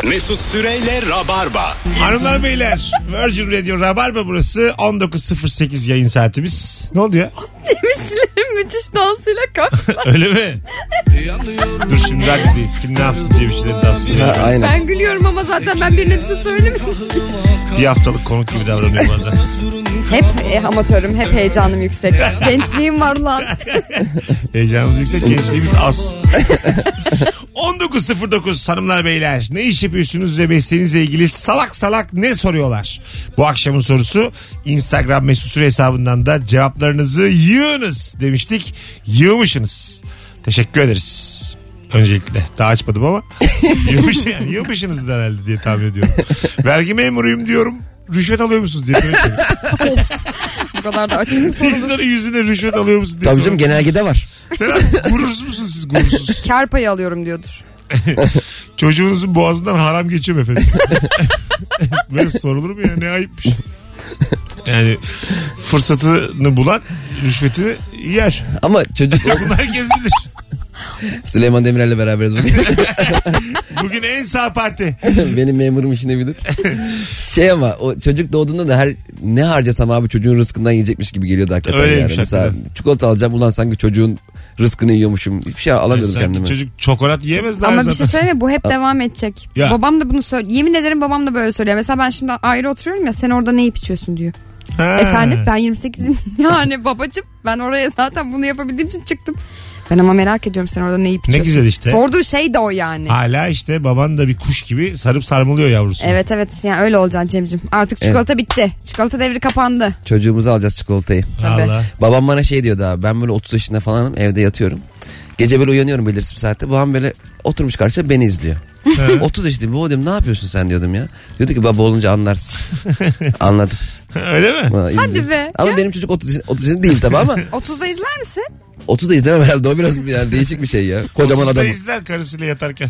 Mesut Süreyle Rabarba. Hanımlar beyler, Virgin Radio Rabarba burası. 19.08 yayın saatimiz. Ne oldu ya? Cem İşçilerin müthiş dansıyla kalktılar. Öyle mi? Dur şimdi radyodeyiz. Kim ne yapsın Cem İşçilerin dansını. Aynen. Ben gülüyorum ama zaten ben birine bir şey söylemiyorum. Bir haftalık konuk gibi davranıyor bazen. Hep amatörüm, hep heyecanım yüksek. Gençliğim var lan. Heyecanımız yüksek, gençliğimiz az. 19.09 hanımlar beyler, ne iş yapıyorsunuz ve mesleğinizle ilgili salak salak ne soruyorlar? Bu akşamın sorusu. Instagram Mesut Süre hesabından da cevaplarınızı yığınız demiştik. Yığmışsınız. Teşekkür ederiz. Öncelikle daha açmadım ama yığmışsınızdır herhalde diye tahmin ediyorum. Vergi memuruyum diyorum. Rüşvet alıyor musunuz diye. Bu kadar da açık mı sorulur? İnsanların yüzüne rüşvet alıyor musun diye. Tabii canım, genelgede var. Sen abi, gurursuz musunuz siz, gurursuz? Kar payı alıyorum diyordur. Çocuğunuzun boğazından haram geçiyor mu efendim? Böyle sorulur mu ya, ne ayıpmış. Yani fırsatını bulan rüşvetini yer. Ama çocuk... Bunu herkes bilir. Süleyman Demirel'le beraberiz bugün. Bugün en sağ parti. Benim memurum işini bilir. Ama o çocuk doğduğunda da ne harcasam abi çocuğun rızkından yiyecekmiş gibi geliyordu hakikaten. Öyleymiş yani. Mesela hakikaten. çikolata alacağım, ulan sanki çocuğun rızkını yiyormuşum. Hiçbir şey alamıyordum kendime. Çocuk çokolat yiyemez daha Ama zaten. bir şey söyleyeyim mi? Bu hep devam edecek. Ya. Babam da bunu söylüyor. Yemin ederim babam da böyle söylüyor. Mesela ben şimdi ayrı oturuyorum ya, sen orada ne yiyip içiyorsun diyor. Ha. Efendim ben 28'im. Yani babacım, ben oraya zaten bunu yapabildiğim için çıktım. Ben ama merak ediyorum sen orada ne yiyip içiyorsun. Ne güzel işte. Sorduğu şey de o yani. Hala işte baban da bir kuş gibi sarıp sarmalıyor yavrusu. Evet yani öyle olacaksın Cem'cim. Artık çikolata bitti. Çikolata devri kapandı. Çocuğumuzu alacağız, çikolatayı. Tabii. Allah. Babam bana şey diyordu abi, ben böyle 30 yaşında falanım, evde yatıyorum. Gece böyle uyanıyorum belirsiz bir saatte. Babam böyle oturmuş karşıda beni izliyor. 30 yaşındayım. Baba diyorum, ne yapıyorsun sen diyordum ya. Diyordu ki baba olunca anlarsın. Anladım. Öyle mi? Hadi be. Ama Ya. benim çocuk 30 yaşında değil tabii ama. 30'da izler misin? 30 da izlemem herhalde, o biraz yani değişik bir şey ya. Kocaman adam. izler karısıyla yatarken.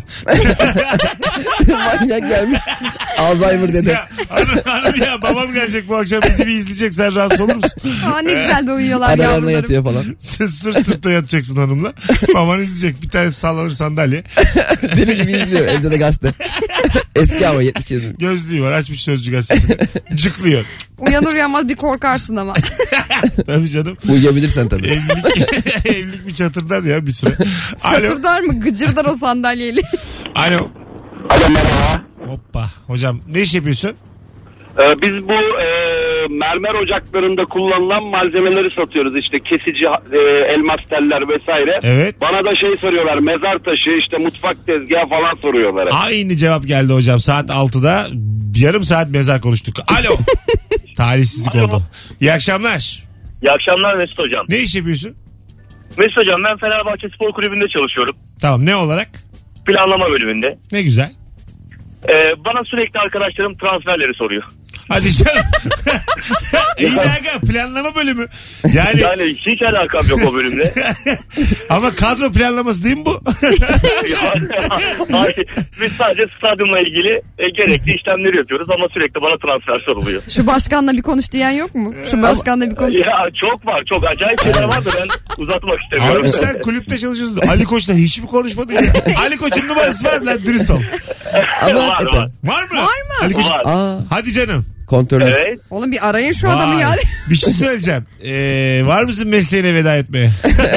Manyak gelmiş. Alzheimer dede. Ya, hanım ya, babam gelecek bu akşam, bizi bir izleyecek, sen rahatsız olur musun? Aa, ne güzel de uyuyorlar Aralarına yavrularım. yatıyor falan. Sırt sırta yatacaksın hanımla. Baban izleyecek, bir tane sallanır sandalye. Deli gibi izliyor, evde de gazete. Eski ama 77. Gözlüğü var, açmış Sözcü gazetesini. Cıklıyor. Uyanır uyanmaz bir korkarsın ama. Tabii canım. Uyuyabilirsen tabii. Evlilik bir çatırdar ya bir süre. Alo. Çatırdar mı? Gıcırdar o sandalyeyle. Alo. Alo, merhaba. Hoppa. Hocam ne iş yapıyorsun? Biz bu mermer ocaklarında kullanılan malzemeleri satıyoruz, işte kesici, elmas teller vesaire. Evet. Bana da şey soruyorlar, mezar taşı, işte mutfak tezgahı falan soruyorlar. Aynı cevap geldi hocam. Saat 6'da yarım saat mezar konuştuk. Alo. Talihsizlik Alo. oldu. İyi akşamlar. İyi akşamlar Mesut Hocam. Ne iş yapıyorsun? Mesut Hocam, ben Fenerbahçe Spor Kulübü'nde çalışıyorum. Tamam, ne olarak? Planlama bölümünde. Ne güzel. Bana sürekli arkadaşlarım transferleri soruyor. Hadi canım. İyi aga, planlama bölümü. Yani Hiç alakam yok o bölümle. ama kadro planlaması değil mi bu? Hayır, biz sadece stadyumla ilgili gerekli işlemleri yapıyoruz ama sürekli bana transfer soruluyor. Şu başkanla bir konuş diyen yok mu? Şu başkanla bir konuş. Ya çok var, çok acayip şeyler var da ben uzatmak istemiyorum. Abi sen kulüpte çalışıyorsun. Ali Koç'la hiç mi konuşmadın ya? Ali Koç'un numarası var lan, dürüst ol. Ama Var, hakikaten. var. Var mı? Var mı? Ali Koç. Var. Aa, Hadi canım. kontörlü. Evet. Oğlum bir arayın şu adamı Vay. ya. Bir şey söyleyeceğim. Var mısın mesleğine veda etmeye?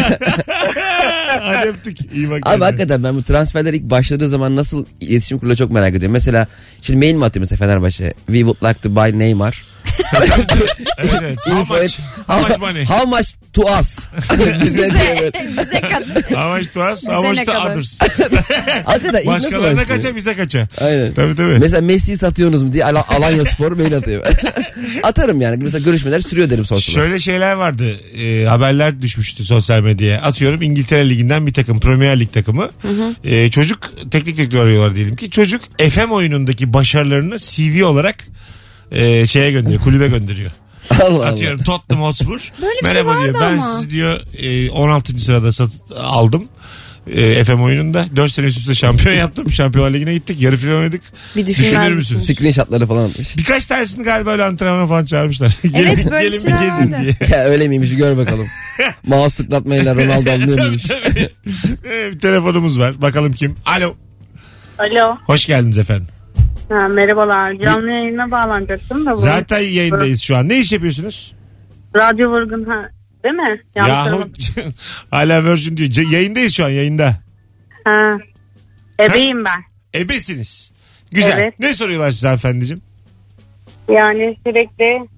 Hadi öptük. İyi bak. Abi kendine. hakikaten ben bu transferler ilk başladığı zaman nasıl iletişim kuruluyor çok merak ediyorum. Mesela şimdi mail mi atıyor mesela Fenerbahçe? We would like to buy Neymar. Evet. How much? How much money? How much to us? Bize diye böyle. Bize kadar. How much to us? Bize How ne much to kadar? others? Hakikaten ilk nasıl Başkalarına başlıyor? kaça, bize kaça. Aynen. Tabii. Mesela Messi'yi satıyorsunuz mu diye Alanya Spor mail atıyor. Atarım yani. Mesela görüşmeler sürüyor derim sonuçta. Şöyle şeyler vardı. Haberler düşmüştü sosyal medyaya. Atıyorum İngiltere Ligi'nden bir takım. Premier Lig takımı. Çocuk teknik direktör arıyorlar diyelim ki. Çocuk FM oyunundaki başarılarını CV olarak şeye gönderiyor. Kulübe gönderiyor. Allah Atıyorum Tottenham Hotspur. Böyle bir şey Merhaba diyor. vardı Ben ama. sizi diyor 16. sırada aldım. FM oyununda 4 sene üst üste şampiyon yaptım. Şampiyonlar Ligi'ne gittik. Yarı final oynadık. Bir düşünmez Düşünür misin? müsünüz? Screenshotları falan atmış. Birkaç tanesini galiba öyle antrenmana falan çağırmışlar. Evet, böyle gelin bir şeyler gezin vardı. diye. Ya öyle miymiş gör bakalım. Mouse tıklatmayla Ronaldo alınıyor muymuş? Bir telefonumuz var. Bakalım kim? Alo. Alo. Hoş geldiniz efendim. Merhabalar. Canlı yayına bağlanacaktım da bu. Zaten yayındayız şu an. Ne iş yapıyorsunuz? Radyo Vurgun değil mi? Yahu hala Virgin diyor. Yayındayız şu an, yayında. Ebeyim ben. Ebesiniz. Güzel. Evet. Ne soruyorlar size hanımefendiciğim? Yani sürekli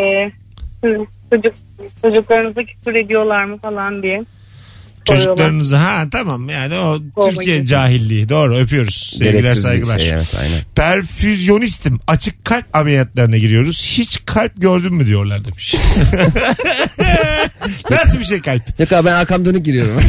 çocuklarınızı küfür ediyorlar mı falan diye. Çocuklarınızı tamam, yani o Türkiye cahilliği, doğru, öpüyoruz, sevgiler saygılar. Şey, evet, aynen. Perfüzyonistim, açık kalp ameliyatlarına giriyoruz, hiç kalp gördün mü diyorlar demiş. Nasıl bir şey kalp? Yok abi, ben arkam dönük giriyorum.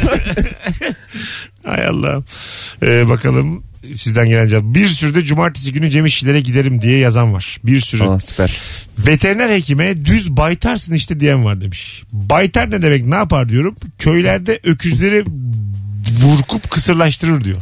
Hay Allah. Bakalım sizden gelen cevap. Bir sürü de cumartesi günü Cem İşçilere giderim diye yazan var. Bir sürü. Süper. Veteriner hekime düz baytarsın işte diyen var demiş. Baytar ne demek, ne yapar diyorum. Köylerde öküzleri burkup kısırlaştırır diyor.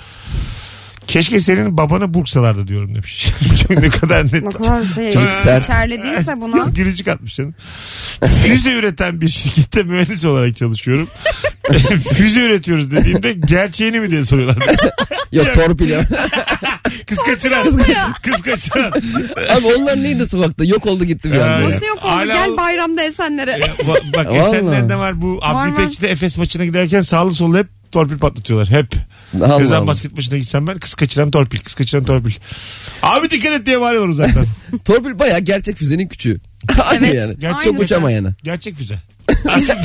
Keşke senin babanı burksalardı diyorum demiş. Ne kadar net. Ne kadar şey. Çok sert. İçeride değilse buna. Gülücük atmış canım. Füze üreten bir şirkette mühendis olarak çalışıyorum. Füze üretiyoruz dediğimde gerçeğini mi diye soruyorlar. Yok, torpil ya. Kız kaçıran. Kız kaçıran. Abi onlar neydi sokakta? Yok oldu gitti bir anda. Nasıl yok oldu? Gel bayramda Esenler'e. Bak Esenler'de var bu. Abdül Pekçi'de Efes maçına giderken sağlı sollu hep torpil patlatıyorlar. Hep. Ne zaman basket maçına gitsem ben, kız kaçıran torpil, kız kaçıran torpil. Abi dikkat et diye bağırıyorlar uzaktan. Torpil bayağı gerçek füzenin küçüğü. Evet. Yani. Gerçek çok uçamayanı. Gerçek füze. Aslında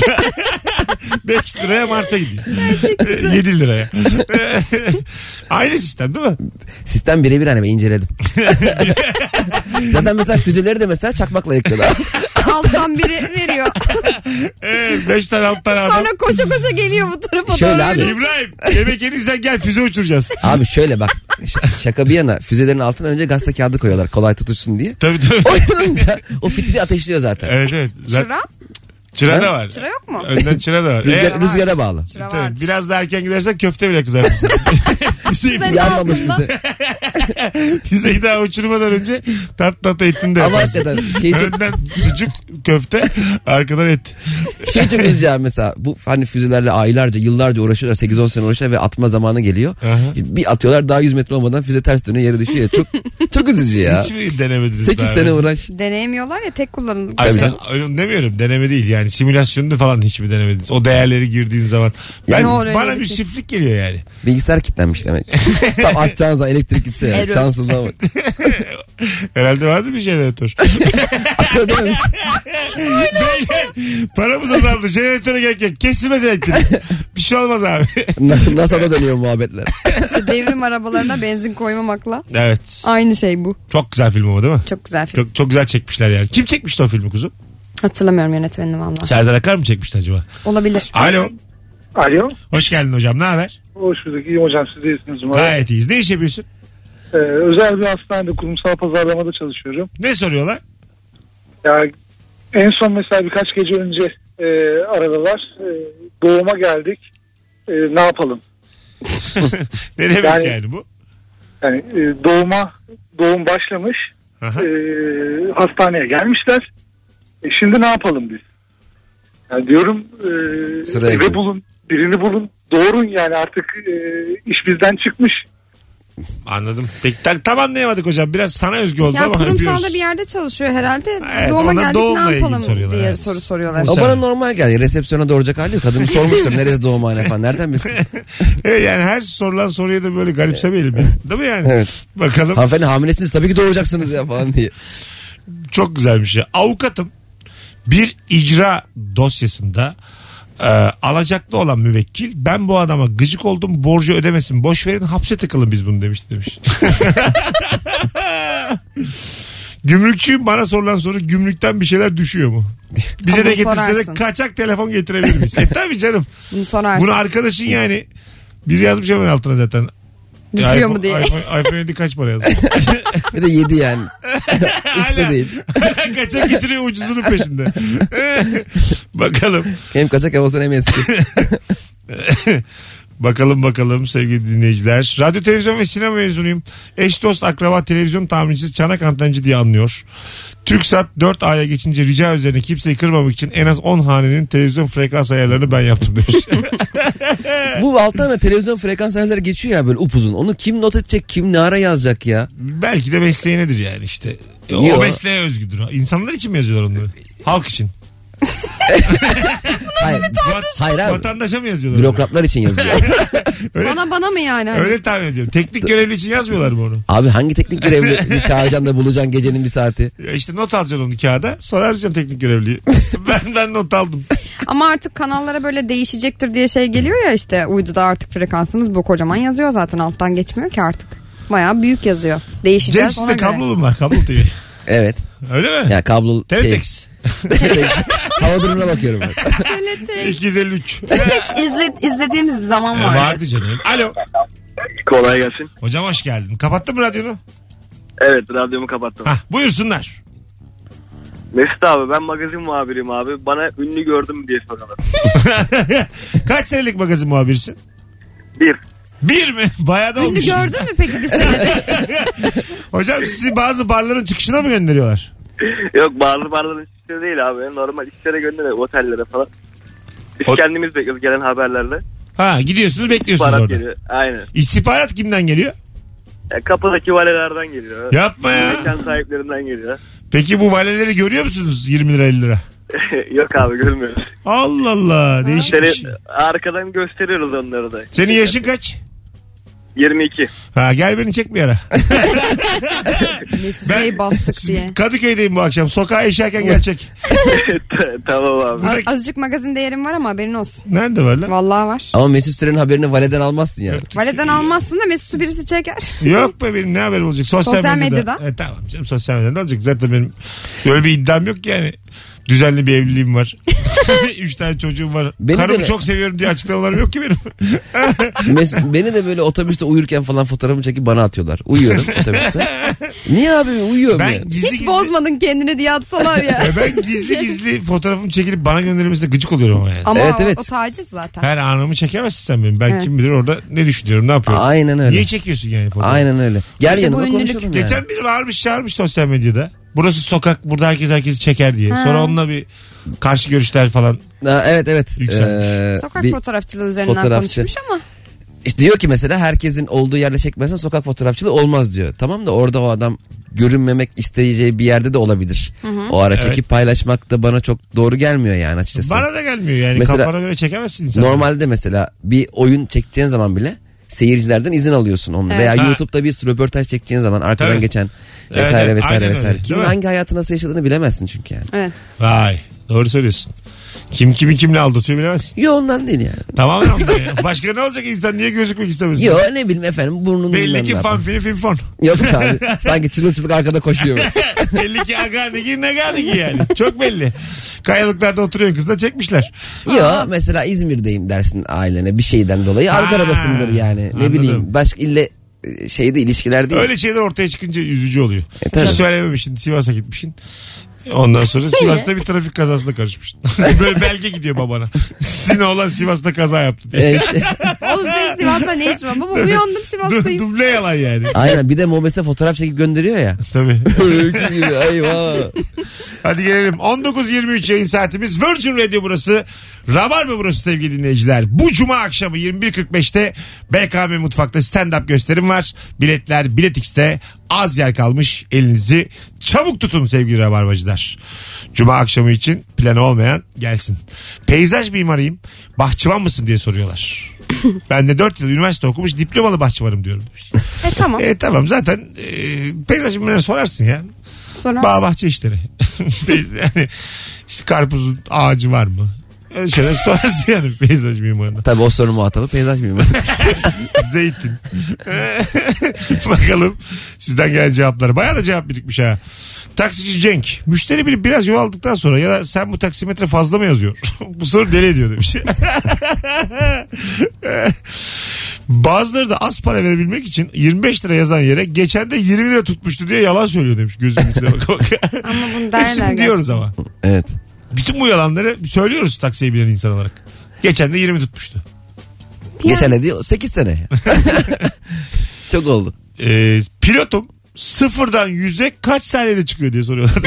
5 liraya Mars'a gidiyor. Gerçek füze. 7 liraya. Aynı sistem değil mi? Sistem birebir, hani ben inceledim. Zaten mesela füzeleri de mesela çakmakla yıkıyorlar. Alttan biri veriyor. 5 tane 6 tane adam. Sonra koşa koşa geliyor bu tarafa. Şöyle abi. İbrahim, yemek yenirsen gel füze uçuracağız. Abi şöyle bak, şaka bir yana, füzelerin altına önce gazete kağıdı koyuyorlar kolay tutuşsun diye. Tabii. Oynanınca o fitili ateşliyor zaten. Evet. Çıra? Çıra da var. Çıra yok mu? Önden çıra da var. Rüzgara bağlı. Çıra var. Tabii, biraz daha erken gidersen köfte bile kızartırsın. Yanmamış füze. Füzeyi daha uçurmadan önce tat etini de Ama yaparsın. hakikaten Önden sucuk köfte, arkadan et. çok üzücü abi, mesela bu hani füzelerle aylarca yıllarca uğraşıyorlar, 8-10 sene uğraşıyorlar ve atma zamanı geliyor. Aha. Bir atıyorlar, daha 100 metre olmadan füze ters dönüyor, yere düşüyor. Çok üzücü ya. Hiç mi denemediniz? 8 sene uğraş. Deneyemiyorlar ya, tek kullanımlık. Aslında öyle demiyorum, deneme değil yani, simülasyonunu falan hiç mi denemediniz? O değerleri girdiğin zaman. Bana bir çiftlik geliyor yani. Bilgisayar kilitlenmiş demek. Tam atacağın zaman elektrik gitse ya. Evet. Şanssızlığa bak. Herhalde vardı bir jeneratör. Atlamış. Paramız azaldı. Jeneratöre gerek yok. Kesilmez elektrik. Bir şey olmaz abi. NASA'da dönüyor muhabbetler. İşte devrim arabalarına benzin koymamakla. Evet. Aynı şey bu. Çok güzel film o değil mi? Çok güzel film. Çok güzel çekmişler yani. Kim çekmişti o filmi kuzum? Hatırlamıyorum yönetmenini valla. Serdar Akar mı çekmişti acaba? Olabilir. Alo. Alo. Hoş geldin hocam. Ne haber? Hoş bulduk. İyiyim hocam. Siz de iyisiniz umarım. Gayet iyiyiz. Ne iş yapıyorsun? Özel bir hastanede kurumsal pazarlamada çalışıyorum. Ne soruyorlar? Ya en son mesela birkaç gece önce aradılar. Doğuma geldik. Ne yapalım? Ne demek yani bu? Yani doğum başlamış. Hastaneye gelmişler. Şimdi ne yapalım biz? Yani diyorum birini bulun, doğurun yani, artık iş bizden çıkmış. Anladım. Peki tam anlayamadık hocam. Biraz sana özgü oldu ya ama kurumsalda öpüyoruz. bir yerde çalışıyor herhalde. Evet, Doğuma geldik, doğumla ne yapalım ilgili soruyorlar, diye evet. soru soruyorlar. O bana normal geldi. Resepsiyona doğuracak hali yok. Kadın sormuştur neresi doğumhane falan. Nereden bilsin? Evet, yani her sorulan soruya da böyle garipsemeyelim. Değil mi yani? Evet. Bakalım. Hanımefendi hamilesiniz tabii ki doğuracaksınız ya falan diye. Çok güzelmiş ya. Avukatım bir icra dosyasında alacaklı olan müvekkil, ben bu adama gıcık oldum, borcu ödemesin, boş verin, hapse tıkalım biz bunu demiş. Gümrükçüyüm, bana sorulan soru, gümrükten bir şeyler düşüyor mu? Bize Ama de getirse de sorarsın. kaçak telefon getirebilir miyiz? Tabii canım. Bunu sorarsın. Bunu arkadaşın yani biri yazmış hemen altına zaten. Düşüyor mu diye. iPhone 7 kaç para yazdı? Bir de 7 yani. X de değil. Kaçak getiriyor, ucuzunun peşinde. Bakalım. Hem kaçak hem olsun hem eski. Bakalım sevgili dinleyiciler. Radyo, televizyon ve sinema mezunuyum. Eş, dost, akraba, televizyon tamircisi, çanak antencisi diye anlıyor. TürkSat 4 aya geçince rica üzerine kimseyi kırmamak için en az 10 hanenin televizyon frekans ayarlarını ben yaptım demiş. Bu alttan televizyon frekans ayarları geçiyor ya böyle upuzun. Onu kim not edecek, kim ne ara yazacak ya? Belki de mesleğinedir yani işte. Yo. O mesleğe özgüdür. İnsanlar için mi yazıyorlar onları? Halk için. Hayır abi. Vatandaşa mı yazıyorlar? Bürokratlar için yazılıyor. Sana bana mı yani? Hani? Öyle tahmin ediyorum. Teknik görevli için yazmıyorlar mı onu? Abi hangi teknik görevli çağıracaksın da bulacaksın gecenin bir saati? Ya işte not alacaksın onu kağıda. Sorarsın teknik görevliyi. ben not aldım. Ama artık kanallara böyle değişecektir diye şey geliyor ya işte uyduda artık frekansımız bu kocaman yazıyor zaten alttan geçmiyor ki artık. Bayağı büyük yazıyor. Değişeceğiz Cem ona sizde göre. kablolu mu var? Kablo TV. Evet. Öyle mi? Ya kablo Teletex. Hava durumuna bakıyorum ben. 253. İzlediğimiz bir zaman vardı. Vardı canım. Alo. Kolay gelsin. Hocam hoş geldin. Kapattın mı radyonu? Evet, radyomu kapattım. Hah, buyursunlar. Mesut abi, ben magazin muhabiriyim abi. Bana ünlü gördün mü diye soruyorlar. Kaç senelik magazin muhabirsin? 1. 1 mi? Bayağı da Ünlü olmuş. gördün mü peki bir senede? Hocam sizi bazı barların çıkışına mı gönderiyorlar? Yok, barların işleri değil abi. Normal işlere gönderiyor, otellere falan. Biz kendimiz bekliyoruz gelen haberlerle. Ha, gidiyorsunuz bekliyorsunuz İstihbarat orada. geliyor. Aynen. İstihbarat kimden geliyor? Kapıdaki valelerden geliyor. Yapma ya. Mekan sahiplerinden geliyor. Peki bu valeleri görüyor musunuz 20 lira 50 lira? Yok abi, görmüyoruz. Allah Allah, değişik bir şey. Arkadan gösteriyoruz onları da. Senin yaşın kaç? 22. Ha, gel beni çek bir ara. Mesut'u bastık diye. Kadıköy'deyim bu akşam. Sokağa eşerken gel çek. Tamam abi. Azıcık magazin değerim var ama haberin olsun. Nerede var lan? Vallahi var. Ama Mesut Süren'in haberini valeden almazsın ya. Valeden almazsın da Mesut'u birisi çeker. Yok be, benim ne haberim olacak? Sosyal medyada. Tamam canım, sosyal medyada olacak. Zaten benim öyle bir iddiam yok ki yani. Düzenli bir evliliğim var. 3 tane çocuğum var. Beni Karımı de... çok seviyorum diye açıklamalarım yok ki benim. Beni de böyle otobüste uyurken falan fotoğrafımı çekip bana atıyorlar. Uyuyorum otobüste. Niye abi, uyuyorum Ben ya. Hiç bozmadın kendini diye atsalar ya. Ben gizli fotoğrafımı çekilip bana gönderilmesine gıcık oluyorum ama yani. Ama Evet. o taciz zaten. Her anımı çekemezsin sen benim. Ben Evet. kim bilir orada ne düşünüyorum, ne yapıyorum. Aynen öyle. Niye çekiyorsun yani fotoğrafı? Aynen öyle. Gel İşte bu yanıma ünlülük. konuşalım yani. Geçen biri varmış, çağırmış sosyal medyada. Burası sokak, burada herkesi çeker diye. Sonra onunla bir karşı görüşler falan. Evet. Yükselmiş. Sokak bir fotoğrafçılığı üzerinden fotoğrafçı. konuşmuş ama. İşte diyor ki mesela herkesin olduğu yerde çekmezsen sokak fotoğrafçılığı olmaz diyor. Tamam da orada o adam görünmemek isteyeceği bir yerde de olabilir. O ara çekip paylaşmak da bana çok doğru gelmiyor yani açıkçası. Bana da gelmiyor yani. Mesela, kafana göre çekemezsin insanları. Normalde mesela bir oyun çektiğin zaman bile seyircilerden izin alıyorsun onu. Evet. Veya Ha. YouTube'da bir röportaj çektiğin zaman arkadan Tabii. geçen Evet, vesaire evet, vesaire aynen vesaire. öyle, Kimin değil mi? hangi hayatı nasıl yaşadığını bilemezsin çünkü yani. Evet. Vay, doğru söylüyorsun. Kim kimi kimle aldatıyor bilemezsin. Yo ondan değil yani. Tamamen anladım ya. Başka ne olacak, insan niye gözükmek istemesin? Yo ne bileyim efendim burnunu Belli bilmem ki ne fan yapar. filfon. Yok abi sanki çırılçıplak arkada koşuyor. Belli ki aganigi neganigi yani. Çok belli. Kayalıklarda oturuyor kızla çekmişler. Yo mesela İzmir'deyim dersin ailene bir şeyden dolayı Ankara'dasındır yani. Ne Anladım. bileyim başka ille şeyde ilişkiler değil. Öyle şeyler ortaya çıkınca üzücü oluyor. tabii. Hiç söylememişsin, Sivas'a gitmişsin. Ondan sonra Sivas'ta bir trafik kazasına karışmışsın. Böyle belge gidiyor babana. Sizin oğlan Sivas'ta kaza yaptı diye. Oğlum senin Sivas'ta ne işin var? Baba uyandım Sivas'tayım. Duble yalan yani. Aynen bir de Mobese fotoğraf çekip gönderiyor ya. Tabii. Eyvah. Hadi gelelim. 19.23 yayın saatimiz. Virgin Radio burası. Rabarba burası sevgili dinleyiciler. Bu cuma akşamı 21.45'te BKM Mutfak'ta stand-up gösterim var. Biletler Bilet X'te, az yer kalmış. Elinizi çabuk tutun sevgili Rabarbacılar. Cuma akşamı için planı olmayan gelsin. Peyzaj mimarıyım. Bahçıvan mısın diye soruyorlar. Ben de 4 yıl üniversite okumuş, diplomalı bahçıvanım diyorum demiş. Tamam. Tamam zaten peyzaj mimarına sorarsın ya. Sonra Bağ bahçe işleri. Yani işte karpuzun ağacı var mı? Öyle şeyler sorarsın yani peyzaj mimarına. Tabii o sorunun muhatabı peyzaj mıyım? Zeytin. Bakalım sizden gelen cevaplar. Bayağı da cevap birikmiş ha. Taksici Cenk. Müşteri bilip biraz yol aldıktan sonra ya da sen bu taksimetre fazla mı yazıyor? Bu soru deli ediyor demiş. Bazıları da az para verebilmek için 25 lira yazan yere geçen de 20 lira tutmuştu diye yalan söylüyor demiş. Gözümün içine bak. ama bunu derler Hepsini diyoruz ama. Geçen ne diyor? 8 sene. Çok oldu. Pilotum sıfırdan 100'e kaç saniyede çıkıyor diye soruyorlar.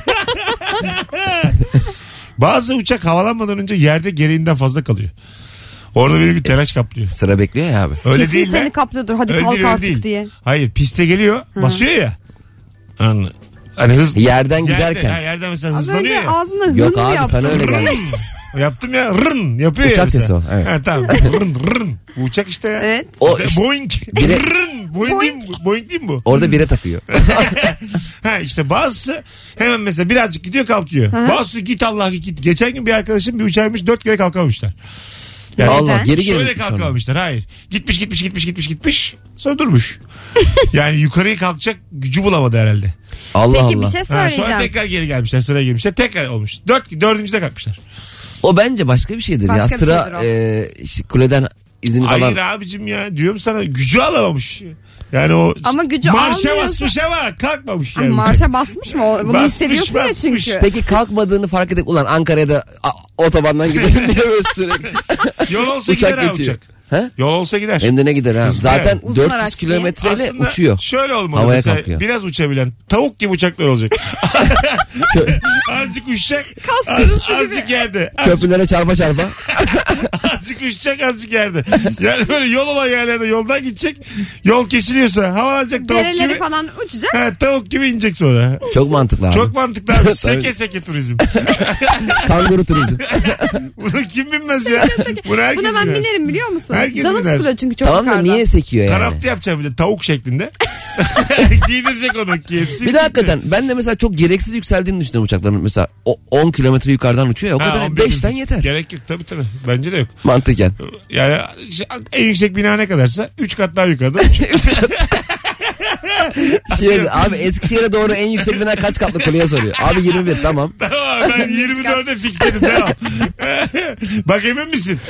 Bazı uçak havalanmadan önce yerde gereğinden fazla kalıyor. Orada beni bir telaş kaplıyor. Sıra bekliyor ya abi. Öyle Kesin değil seni lan. kaplıyordur. Hadi Öyle kalk değil, öyle artık değil. diye. Hayır, piste geliyor, basıyor ya. Hani hız Yerden giderken. yerden mesela Az hızlanıyor önce ya. ağzına hın Yok mı abi yaptın? sana öyle geldi. Yaptım ya, rın yapıyor ya. Uçak mesela. sesi o, evet. Ha, tamam. Rın. Bu uçak işte ya. Evet. O İşte Boeing. Bire- Rın. Boeing değil mi bu? Orada bire takıyor. Ha işte bazısı hemen mesela birazcık gidiyor kalkıyor. Bazısı git Allah git. Geçen gün bir arkadaşım bir uçağıymış 4 kere kalkamamışlar. Yani Allah Neden? geri şöyle geri. kalkamamışlar. Hayır. Gitmiş. Sonra durmuş. Yani yukarıya kalkacak gücü bulamadı herhalde. Allah Peki Allah. bir şey Ha, sonra söyleyeceğim. tekrar geri gelmişler. Sıraya girmişler. Tekrar olmuş. Dördüncüde kalkmışlar. O bence başka bir şeydir Başka ya. bir Sıra şeydir işte kuleden izini falan. Hayır abicim ya. Diyorum sana gücü alamamış. Yani o Ama gücü marşa almıyorsa- basmış ama kalkmamış Ay, yani. marşa basmış mı? Bunu Basmış, hissediyorsun ya basmış. çünkü. Peki kalkmadığını fark edip ulan Ankara'ya da otobandan gidelim diye böyle sürekli. Yol olsa Uçak gider ha geçiyor. uçak. He? Yol olsa gider. Hem de ne gider ha. Hızlı Zaten yani. Uzun 400 araç diye. kilometreyle Aslında uçuyor. şöyle olmalı Havaya mesela kalkıyor. biraz uçabilen tavuk gibi uçaklar olacak. Azıcık uçacak. Kas sürüsü gibi. Azıcık yerde. Köprülere çarpa. Azıcık uçacak azıcık yerde. Yani böyle yol olan yerlerde yoldan gidecek. Yol kesiliyorsa havalanacak tavuk Dereleri gibi. falan uçacak. Ha, tavuk gibi inecek sonra. Çok mantıklı abi. Çok mantıklı abi. Tabii. Seke seke turizm. Kanguru turizm. Bunu kim bilmez ya. Bunu herkes Buna ben bilir. binerim biliyor musun? Herkes Canım biner. sıkılıyor çünkü çok Tamam da yukarıda. niye sekiyor yani? Kanapta yapacağım bir de tavuk şeklinde. Giydirecek onu KFC. Bir de hakikaten ben de mesela çok gereksiz yükseldiğini düşünüyorum uçakların. Mesela o 10 kilometre yukarıdan uçuyor ya o kadar 5'ten yeter. Gerek yok tabii. Bence de yok. Mantıken. Yani en yüksek bina ne kadarsa 3 kat daha yukarıda uçuyor. Abi Eskişehir'e doğru en yüksek bina kaç katlı kuleye soruyor. Abi 21 tamam. Tamam ben 24'e fixledim devam. Bak emin misin?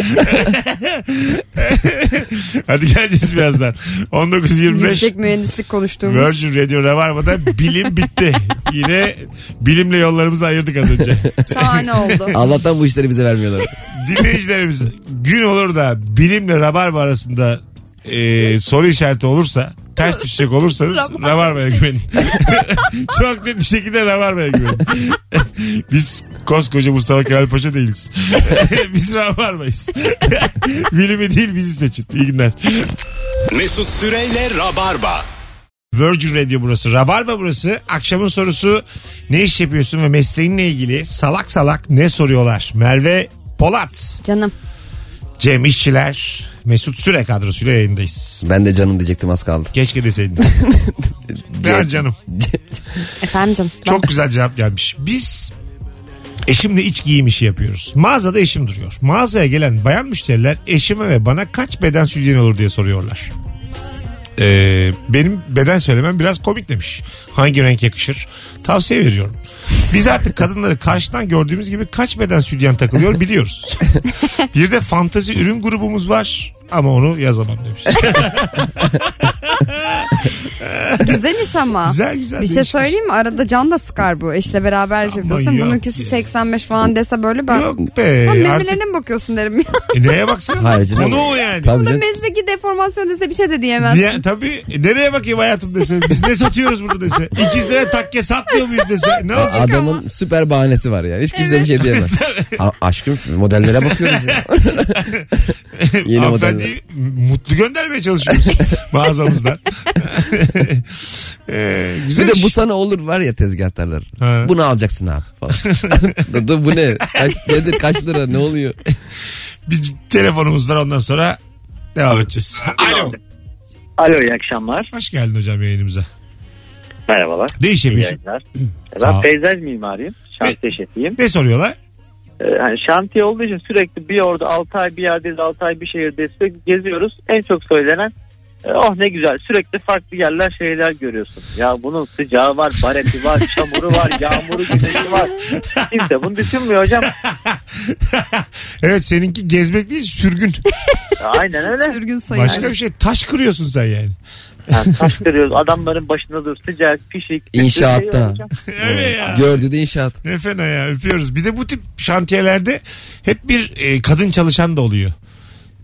Hadi geleceğiz birazdan. 19.25 Yüksek mühendislik konuştuğumuz. Virgin Radio Rabarba'da bilim bitti. Yine bilimle yollarımızı ayırdık az önce. Şahane oldu. Allah'tan bu işleri bize vermiyorlar. Dinleyicilerimiz gün olur da bilimle Rabarba arasında soru işareti olursa ters düşecek olursanız Rabarba'ya güvenin. Çok net bir şekilde Rabarba'ya güvenin. Biz koskoca Mustafa Kemal Paşa değiliz. Biz Rabarba'yız. Bilimi değil bizi seçin. İyi günler. Mesut Süreyle Rabarba. Virgin Radio burası. Rabarba burası. Akşamın sorusu ne iş yapıyorsun ve mesleğinle ilgili salak salak ne soruyorlar? Merve Polat, Canım. Cem İşçiler, Mesut Süre kadrosuyla yayındayız. Ben de canım diyecektim az kaldı. Keşke deseydin. Ver canım. Efendim canım. Çok güzel cevap gelmiş. Biz eşimle iç giyim işi yapıyoruz. Mağazada eşim duruyor. Mağazaya gelen bayan müşteriler eşime ve bana kaç beden sütyen olur diye soruyorlar. Benim beden söylemem biraz komik demiş. Hangi renk yakışır? Tavsiye veriyorum. Biz artık kadınları karşıdan gördüğümüz gibi kaç beden sütyen takılıyor biliyoruz. Bir de fantezi ürün grubumuz var ama onu yazamam demiş. Güzel iş ama. Güzel Bir şey değişik. söyleyeyim mi? Arada can da sıkar bu. Eşle beraber yapıyorsun. yok Bununkisi ya. 85 falan dese böyle ben. Yok be. Sen Artık memelerine mi bakıyorsun derim ya. neye baksana? Hayır canım. Konu o yani. Tabii Bu da canım. mezdeki deformasyon dese bir şey de diyemezsin. Diye, tabii nereye bakayım hayatım dese. Biz ne satıyoruz burada dese. İkizlere takke satmıyor muyuz dese. Ne olacak? Adamın süper bahanesi var ya. Hiç kimse bir şey diyemez. Aşkım modellere bakıyoruz ya. Yeni modeller. Hanımefendi mutlu göndermeye çalışıyoruz mağazamızdan. Güzel Bir de iş. bu sana olur var ya tezgahtarlar. Ha. Bunu alacaksın abi falan. Dur bu ne? Nedir kaç lira ne oluyor? Bir telefonumuz var ondan sonra devam edeceğiz. Alo. Alo iyi akşamlar. Hoş geldin hocam yayınımıza. Merhabalar. Ne iş İyi yapıyorsun? yayınlar. Sağ ol. Ben peyzaj mimarıyım. Şantiye şefiyim. Ne soruyorlar? Hani şantiye olduğu için sürekli bir orada 6 ay bir yerdeyiz 6 ay bir şehirde sürekli geziyoruz. En çok söylenen oh ne güzel sürekli farklı yerler şeyler görüyorsun. Ya bunun sıcağı var, bareti var, çamuru var, yağmuru güneşi var. Kimse bunu düşünmüyor hocam. Evet seninki gezmek değil sürgün. Aynen öyle. Sürgün sayı. Başka bir şey taş kırıyorsun sen yani. Yani taş kırıyoruz adamların başında dur sıcak pişik. İnşaatta. Öyle ya. Gördü de inşaat. Ne fena ya öpüyoruz. Bir de bu tip şantiyelerde hep bir kadın çalışan da oluyor.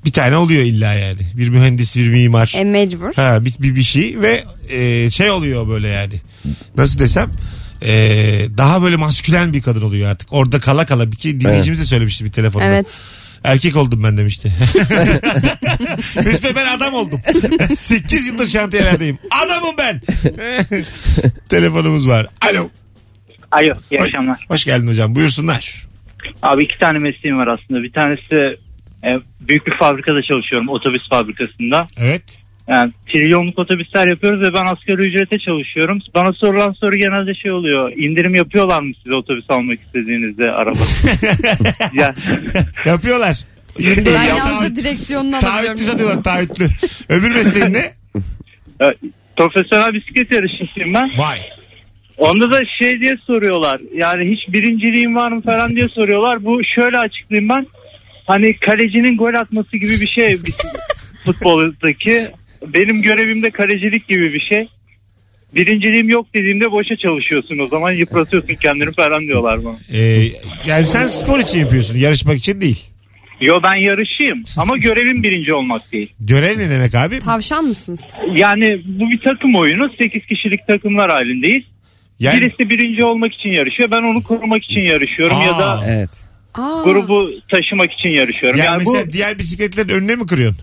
Bir tane oluyor illa yani. Bir mühendis, bir mimar. Mecbur. Ha, bir şey ve şey oluyor böyle yani. Nasıl desem? Daha böyle maskülen bir kadın oluyor artık. Orada kala kala bir dinleyicimiz de söylemişti bir telefonda. Evet. Erkek oldum ben demişti. Mesut Bey ben adam oldum. 8 yıldır şantiyelerdeyim. Adamım ben. Telefonumuz var. Alo. Alo, iyi akşamlar. Hoş geldin hocam. Buyursunlar. Abi 2 tane mesleğim var aslında. Bir tanesi büyük bir fabrikada çalışıyorum. Otobüs fabrikasında. Evet. Yani trilyonluk otobüsler yapıyoruz ve ben asgari ücrete çalışıyorum. Bana sorulan soru genelde şey oluyor. İndirim yapıyorlar mı size otobüs almak istediğinizde araba? Yapıyorlar. Ben yalnızca direksiyonunu alıyorum. Taahhütlü satıyorlar, taahhütlü. Öbür mesleğin ne? Profesyonel bisiklet yarışçısıyım ben. Vay. Onda da şey diye soruyorlar. Yani hiç birinciliğin var mı falan diye soruyorlar. Bu şöyle açıklayayım ben. Hani kalecinin gol atması gibi bir şey futboldaki. Benim görevimde kalecilik gibi bir şey. Birinciliğim yok dediğimde boşa çalışıyorsun, o zaman yıpratıyorsun kendini falan diyorlar bana. Yani sen spor için yapıyorsun, yarışmak için değil. Yo, ben yarışayım ama görevim birinci olmak değil. Görev ne demek abi? Tavşan mısınız? Yani bu bir takım oyunu. 8 kişilik takımlar halindeyiz. Yani... Birisi birinci olmak için yarışıyor. Ben onu korumak için yarışıyorum ya da evet. Grubu taşımak için yarışıyorum. Yani mesela diğer bisikletlerin önüne mi kırıyorsun?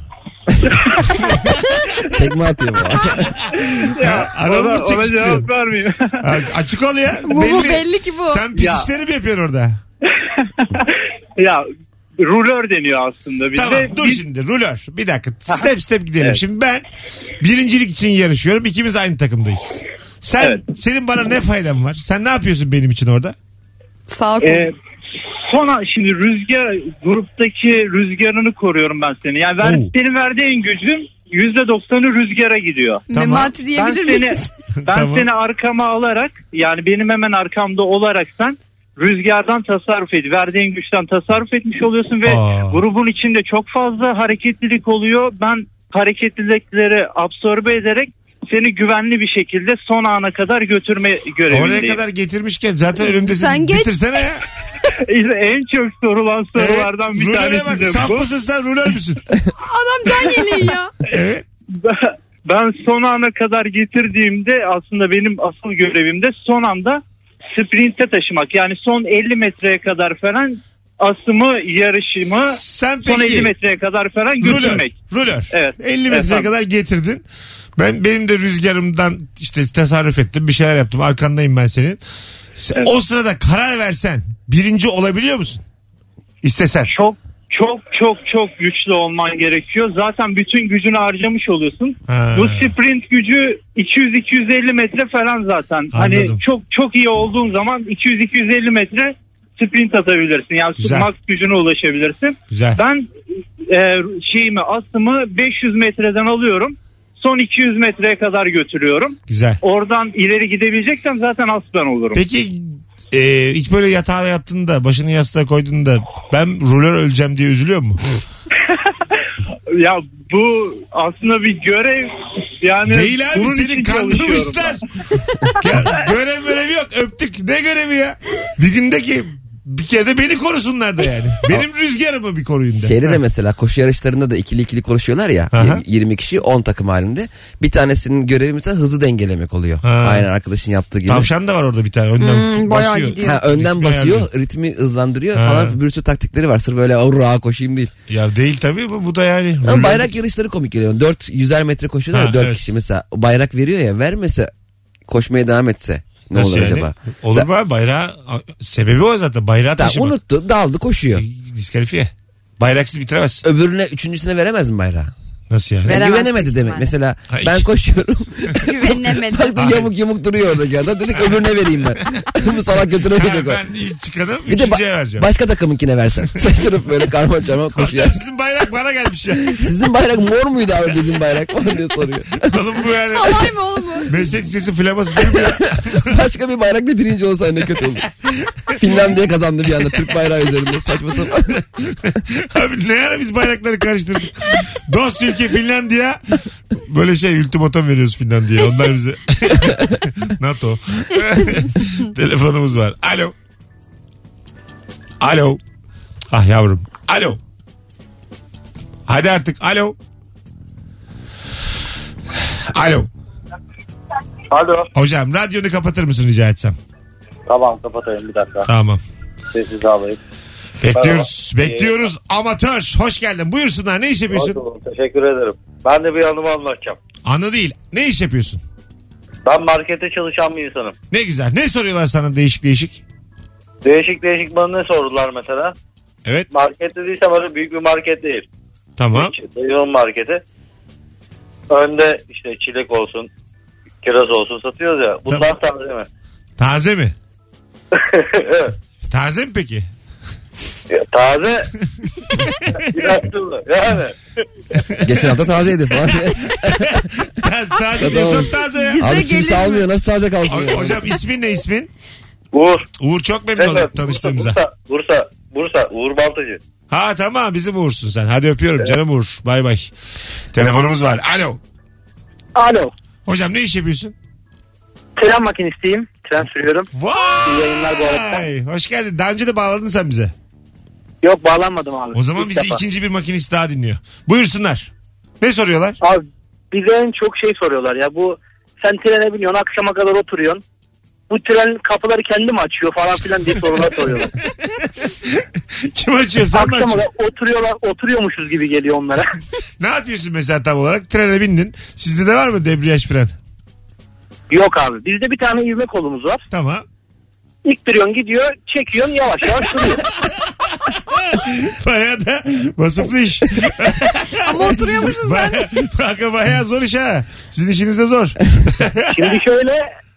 Tekme atıyor bu. Ona cevap vermeyeyim. Açık ol ya. Bu belli ki bu. Sen pis işleri mi yapıyorsun orada? Ya rulör deniyor aslında bizde. Tamam dur şimdi rulör. Bir dakika step gidelim. Evet. Şimdi ben birincilik için yarışıyorum. İkimiz aynı takımdayız. Senin bana ne faydan var? Sen ne yapıyorsun benim için orada? Sağ ol. Sonra şimdi gruptaki rüzgarını koruyorum ben seni. Yani senin verdiğin gücün %90'ı rüzgara gidiyor. Tamam. Memati diyebilir miyiz? Ben seni arkama alarak, yani benim hemen arkamda olarak sen rüzgardan tasarruf et. Verdiğin güçten tasarruf etmiş oluyorsun ve grubun içinde çok fazla hareketlilik oluyor. Ben hareketlilikleri absorbe ederek seni güvenli bir şekilde son ana kadar götürme görevindeyim. Oraya kadar getirmişken zaten önümdesin. Sen geç. Bitirsene ya. İşte en çok sorulan sorulardan bir tanesi bak, de bu. Saf mısın sen, rulör müsün? Adam can yeleği ya. Evet. Ben son ana kadar getirdiğimde aslında benim asıl görevim de son anda sprinte taşımak. Yani son 50 metreye kadar falan asımı, yarışımı son 50 metreye kadar falan götürmek. Rulör. Evet. 50 metreye kadar getirdin. Benim de rüzgarımdan işte tasarruf ettim, bir şeyler yaptım, arkandayım ben senin. Evet. O sırada karar versen birinci olabiliyor musun? İstesen. Çok güçlü olman gerekiyor. Zaten bütün gücünü harcamış oluyorsun. Bu sprint gücü 200-250 metre falan zaten. Anladım. Hani çok iyi olduğun zaman 200-250 metre sprint atabilirsin. Yani max gücüne ulaşabilirsin. Güzel. Ben asımı 500 metreden alıyorum. Son 200 metreye kadar götürüyorum. Güzel. Oradan ileri gidebileceksem zaten aslan olurum. Peki hiç böyle yatağa yattığında, başını yastığa koyduğunda ben rulör öleceğim diye üzülüyor mu? Ya bu aslında bir görev. Yani değil abi, seni kandırmışlar. Görev yok, öptük. Ne görevi ya? Bir gündeki bir kere de beni korusunlar da yani. Benim rüzgarımı bir koruyun da. Şeyde de mesela koşu yarışlarında da ikili konuşuyorlar ya. 20 kişi 10 takım halinde. Bir tanesinin görevi mesela hızı dengelemek oluyor. Aynen arkadaşın yaptığı gibi. Tavşan da var orada bir tane. Önden basıyor. Gidiyor. Önden basıyor. Ritmi hızlandırıyor falan. Bir sürü taktikleri var. Sırf böyle rahat koşayım değil. Ya değil tabii bu da yani. Ama bayrak yarışları komik geliyor. 100'er metre koşuyorlar ya 4 kişi mesela. Bayrak veriyor ya, vermese koşmaya devam etse. Ne nasıl olur yani? acaba? Olur mu abi, bayrağı sebebi o zaten, bayrağı taşımak. Unuttu, daldı, koşuyor. Diskalifiye. Bayraksız bitiremez. Öbürüne, üçüncüsüne veremez mi bayrağı? Nasıl yani? Güvenemedi demek. Mesela ben koşuyorum. Güvenemedi. Baktım yamuk duruyor oradaki adam. Dedik öbürüne vereyim ben. Bu salak götüremeyecek o. Ben ilk çıkanım, üçüncüye vereceğim. Başka takımınkine versen. Şaşırıp böyle karma çarma koşuyor. Sizin bayrak bana gelmiş ya. Sizin bayrak mor muydu abi, bizim bayrak falan diye soruyor. Oğlum bu yani. Alay mı oğlum bu? Meslek lisesi flaması değil mi ya? Başka bir bayrakla birinci olsa ne kötü olur. Finlandiya kazandı bir anda Türk bayrağı üzerinde. Saçma sapan. Abi ne ara biz bayrakları karıştırdık. Dost ülke Finlandiya. Böyle ultimatom veriyoruz Finlandiya'ya. Onlar bize. NATO. Telefonumuz var. Alo. Alo. Ah yavrum. Alo. Hadi artık. Alo. Alo. Alo. Hocam radyonu kapatır mısın rica etsem? Tamam kapatayım bir dakika. Tamam. Sessiz alayım. Bekliyoruz. Bekliyoruz. Amatör. Hoş geldin. Buyursunlar. Ne iş yapıyorsun? Teşekkür ederim. Ben de bir anımı anlatacağım. Anı değil. Ne iş yapıyorsun? Ben markette çalışan bir insanım. Ne güzel. Ne soruyorlar sana değişik değişik? Değişik değişik bana ne sordular mesela? Evet. Market dediyse böyle büyük bir market değil. Tamam. Yoğun marketi. Önde işte çilek olsun, kiraz olsun satıyoruz ya. Bunlar taze mi? Taze mi? Evet. Taze mi peki? Taze. Yani. Geçen hafta tazeydi falan. Taze diyorsan taze ya. Abi kimse almıyor, nasıl taze kalsın ya? Hocam ismin ne ismin? Uğur. Uğur çok memnun oldum tanıştığımıza. Bursa. Uğur Baltacı. Ha tamam bizim Uğur'sun sen. Hadi öpüyorum canım Uğur. Bay bay. Telefonumuz var. Alo. Alo. Hocam ne iş yapıyorsun? Tren makinistiyim. Tren sürüyorum. Vay. İyi yayınlar bu arada. Hoş geldin. Daha önce de bağladın sen bize. Yok bağlanmadım abi. O zaman bizi ikinci bir makinist daha dinliyor. Buyursunlar. Ne soruyorlar? Abi bize en çok şey soruyorlar ya. Bu sen trene biniyorsun akşama kadar oturuyorsun. Bu tren kapıları kendi mi açıyor falan filan diye sorular soruyorlar. Kim açıyor sen mi akşama açıyorsun? oturuyormuşuz gibi geliyor onlara. Ne yapıyorsun mesela tam olarak? Trene bindin. Sizde de var mı debriyaj fren? Yok abi. Bizde bir tane ivme kolumuz var. Tamam. İttiriyorsun gidiyor, çekiyorsun yavaş yavaş duruyor. Bayağı da vasıflı iş. Ama oturuyormuşsun sen. Bayağı zor iş ha. Sizin işiniz de zor. Şimdi şöyle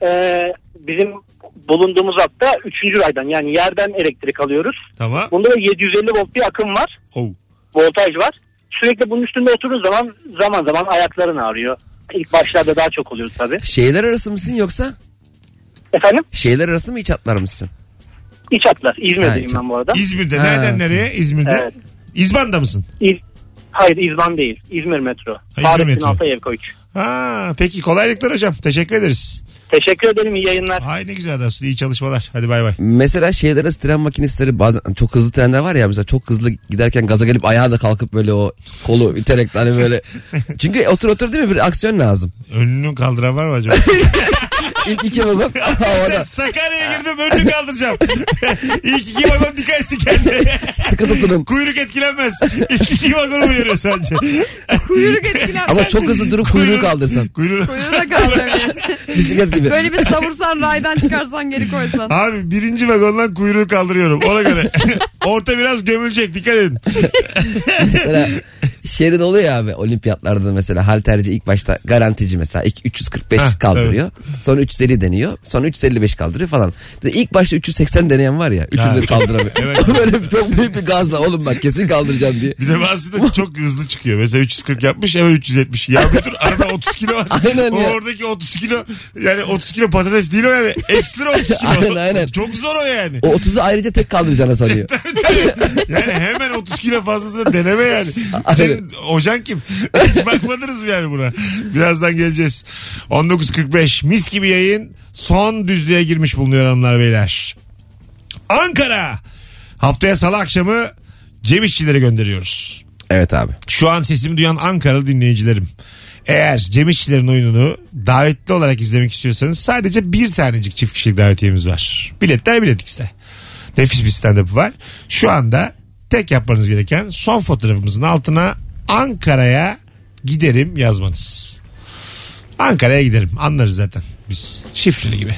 bizim bulunduğumuz hatta 3. raydan yani yerden elektrik alıyoruz. Tamam. Bunda da 750 volt bir akım var. Oh. Voltaj var. Sürekli bunun üstünde oturduğun zaman zaman ayakların ağrıyor. İlk başlarda daha çok oluyor tabii. Şehirler arası mısın yoksa? Efendim? Şehirler arası mı, iç hatlar mısın? İç hatlar. İzmir'deyim ben bu arada. İzmir'de. Nereden nereye? İzmir'de. Evet. İzban'da mısın? Hayır İzban değil. İzmir metro. İzmir metro. Altay Evko 3. Ha, peki kolaylıklar hocam. Teşekkür ederiz. Teşekkür ederim. İyi yayınlar. Ay ne güzel adamsın. İyi çalışmalar. Hadi bay bay. Mesela şehirler arası tren makinistleri bazen çok hızlı trenler var ya, mesela çok hızlı giderken gaza gelip ayağa da kalkıp böyle o kolu iterek hani böyle. Çünkü otur değil mi, bir aksiyon lazım. Önünü kaldıran var mı acaba? İlk 2 vagon havada. Sakarya'ya girdim önünü kaldıracağım. İlk 2 vagon dikkatsiz kendine. Sıkı tutunun. Kuyruk etkilenmez. İlk 2 vagonu uyarıyor sadece. Kuyruk etkilenmez. Ama çok hızlı durup kuyruğu kaldırsan. Kuyruğu da kaldıramıyorsun. Bisiklet gibi. Böyle bir savursan raydan çıkarsan geri koysan. Abi 1. vagondan kuyruğu kaldırıyorum ona göre. Orta biraz gömülecek, dikkat edin. Mesela şeyde de oluyor ya abi, olimpiyatlarda mesela halterci ilk başta garantici mesela 345 kaldırıyor. Evet. Sonra 350 deniyor. Sonra 355 kaldırıyor falan. İlk başta 380 deneyen var ya. Üçünü de kaldıramıyor. Evet. Böyle çok büyük bir gazla oğlum bak kesin kaldıracağım diye. Bir de bazısı da çok hızlı çıkıyor. Mesela 340 yapmış hemen 370. Ya bir dur arada 30 kilo var. Aynen ya. Oradaki 30 kilo yani 30 kilo patates değil o yani. Ekstra 30 kilo. Aynen. Çok zor o yani. O 30'u ayrıca tek kaldıracağına sanıyor. Yani hemen 30 kilo fazlasını deneme yani. Senin hocan kim? Hiç bakmadınız mı yani buna? Birazdan geleceğiz. 19.45 mis gibi yayın son düzlüğe girmiş bulunuyor hanımlar beyler. Ankara. Haftaya salı akşamı Cem İşçileri gönderiyoruz. Evet abi. Şu an sesimi duyan Ankaralı dinleyicilerim. Eğer Cem İşçilerin oyununu davetli olarak izlemek istiyorsanız sadece bir tanecik çift kişilik davetiyemiz var. Biletler Bilet X'te. Nefis bir stand-up var. Şu anda tek yapmanız gereken son fotoğrafımızın altına Ankara'ya giderim yazmanız. Ankara'ya giderim. Anlarız zaten biz. Şifreli gibi.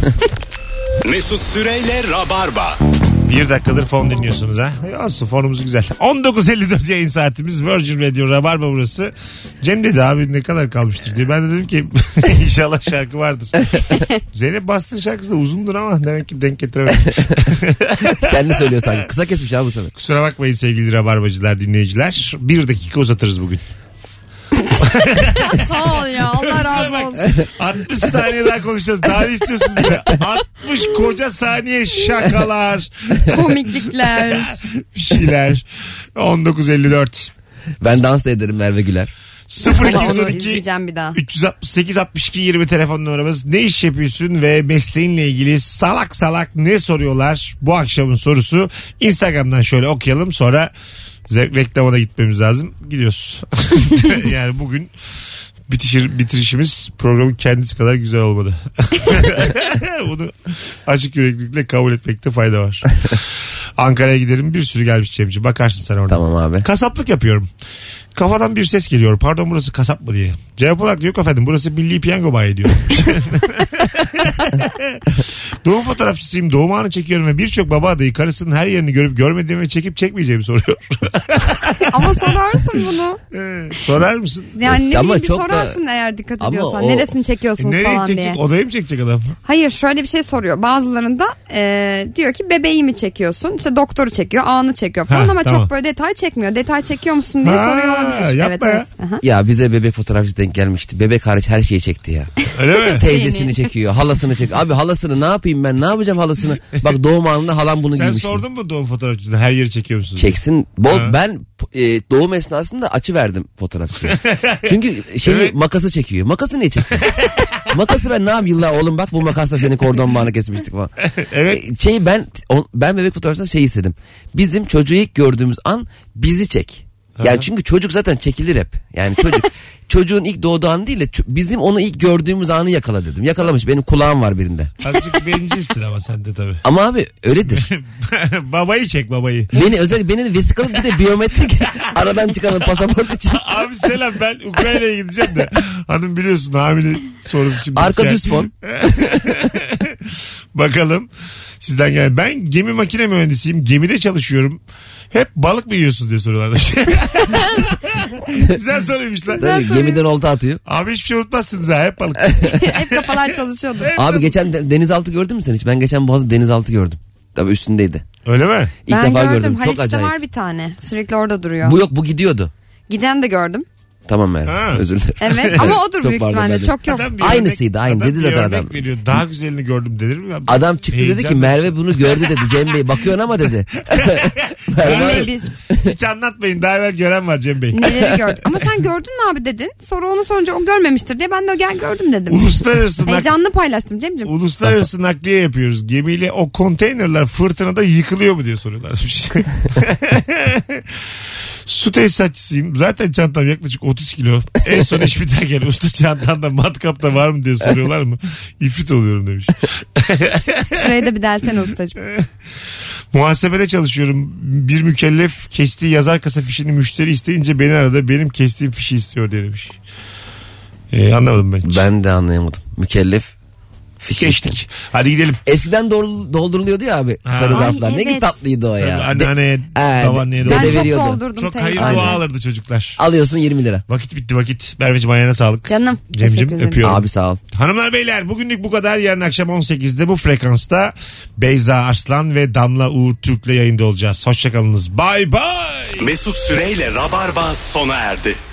Mesut Süreyle Rabarba. 1 dakikadır fon dinliyorsunuz ha. Olsun, fonumuz güzel. 19.54 yayın saatimiz. Virgin Radio Rabarba burası. Cem dedi abi ne kadar kalmıştır diye. Ben de dedim ki inşallah şarkı vardır. Zeynep Bastın şarkısı da uzundur ama demek ki denk getiremedim. Kendi söylüyor sanki. Kısa kesmiş abi bu sefer. Kusura bakmayın sevgili Rabarbacılar, dinleyiciler. 1 dakika uzatırız bugün. Sağ ol ya, Allah razı olsun. 60 saniye daha konuşacağız. Daha ne istiyorsunuz ya? 60 koca saniye şakalar. Komiklikler. Bir şeyler. 19.54. Ben dans da ederim Merve Güler. 0212 368 62 20 telefon numaramız. Ne iş yapıyorsun ve mesleğinle ilgili salak salak ne soruyorlar? Bu akşamın sorusu. Instagram'dan şöyle okuyalım, sonra Reklamına gitmemiz lazım. Gidiyoruz. Yani bugün bitirişimiz programın kendisi kadar güzel olmadı. Bunu açık yüreklilikle kabul etmekte fayda var. Ankara'ya gidelim, bir sürü gelmiş Cemciğim. Bakarsın sen orada. Tamam abi. Kasaplık yapıyorum. Kafadan bir ses geliyor. Pardon, burası kasap mı diye. Cevap olarak yok efendim, burası Milli Piyango Bayi diyor. Doğum fotoğrafçısıyım. Doğum anı çekiyorum ve birçok baba adayı karısının her yerini görüp görmediğimi ve çekip çekmeyeceğimi soruyor. Ama sorarsın bunu. Sorar mısın? Yani ne Ama bileyim bir çok da- sorarsın eğer dikkat Ama ediyorsan. o- Neresini çekiyorsunuz Nereye falan çekecek? diye. Odaya mı çekecek adam? Hayır, şöyle bir şey soruyor. Bazılarında diyor ki bebeği mi çekiyorsun? İşte doktoru çekiyor, anı çekiyor falan Ha, ama tamam. çok böyle detay çekmiyor. Detay çekiyor musun diye Ha, soruyor olabilir. yapma Evet ya. evet. Aha. Ya bize bebek fotoğrafçısı denk gelmişti. Bebek hariç her şeyi çekti ya. Öyle mi? Teyzesini çekiyor, halasını çekiyor. Abi halasını ne yapayım ben? Ne yapacağım halasını? Bak doğum anında halam bunu Sen giymiş. sordun mu doğum fotoğrafçısına her yeri çekiyor musunuz? Çeksin. Ha. Ben doğum esnasında açı verdim fotoğrafçıya. Çünkü Evet. makası çekiyor. Makası niye çekiyor? Makası ben ne yapayım yıllar oğlum bak bu makasla seni kordon bağını kesmiştik falan. Evet. Ben bebek fotoğrafında şey istedim. Bizim çocuğu ilk gördüğümüz an bizi çek. Yani çünkü çocuk zaten çekilir hep. Yani çocuğun ilk doğduğu an değil de bizim onu ilk gördüğümüz anı yakala dedim. Yakalamış, benim kulağım var birinde. Azıcık bencilsin ama sen de tabii. Ama abi öyledir. Babayı çek, babayı. Beni vesikalık bir de biyometrik aradan çıkanın pasaport için. Abi selam, ben Ukrayna'ya gideceğim de. Hanım biliyorsun hamile sorusu şimdi. Arka düz fon. Bakalım sizden gel. Ben gemi makine mühendisiyim. Gemide çalışıyorum. Hep balık mı yiyorsunuz diye soruyorlar. Güzel soruymuş lan. Tabii, gemiden olta atıyor. Abi hiçbir şey unutmazsınız ha, hep balık. Hep kafalar çalışıyordu. Abi geçen denizaltı gördün mü sen hiç? Ben geçen Boğaz'da denizaltı gördüm. Tabii üstündeydi. Öyle mi? İlk Ben defa gördüm. gördüm. Çok Haliç'te acayip. var bir tane. Sürekli orada duruyor. Bu yok, bu gidiyordu. Giden de gördüm. Tamam Merve. Ha. Özür dilerim. Evet ama odur Çok büyük pardon, ihtimalle. ben de- Çok yok. Adam bir Aynısıydı, aynı. Dedi bir zaten örnek adam. veriyor. Daha güzelini gördüm denir mi? Adam çıktı dedi ki Heyecan Merve bunu gördü dedi. Cem Bey bakıyorsun ama dedi. Cem Bey biz Hiç anlatmayın. Daha evvel gören var Cem Bey. neleri gördük. Ama sen gördün mü abi dedin. Sonra onu sorunca o görmemiştir diye ben de gel gördüm dedim. Heyecanlı paylaştım Cem'ciğim. Uluslararası nakliye yapıyoruz. Gemiyle o konteynerler fırtınada yıkılıyor mu diye soruyorlar. Su tesisatçısıyım. Zaten çantam yaklaşık 30 kilo. En son iş biterken usta çantanda matkap da var mı diye soruyorlar mı? İfrit oluyorum demiş. Şurayı da bir delsene ustacığım. Muhasebede çalışıyorum. Bir mükellef kestiği yazar kasa fişini müşteri isteyince beni aradı. Benim kestiğim fişi istiyor diye demiş. Anlamadım ben hiç. Ben de anlayamadım. Mükellef fişi Geçtik. işte. Hadi gidelim. Eskiden dolduruluyordu ya abi Ha. sarı Ay, zarflar. Ne evet. tatlıydı o ya. Anneanneye, babaanneye dede Ben doğru. çok veriyordu. doldurdum Çok teyze. hayır Aynen. dua alırdı çocuklar. Alıyorsun 20 lira. Vakit bitti vakit. Merveciğim ayağına sağlık. Canım. Cemcim teşekkür ederim. öpüyorum. Abi sağ ol. Hanımlar beyler bugünlük bu kadar. Yarın akşam 18'de bu frekansta Beyza Arslan ve Damla Uğur Türk'le yayında olacağız. Hoşçakalınız. Bay bay. Mesut Süreyle Rabarba sona erdi.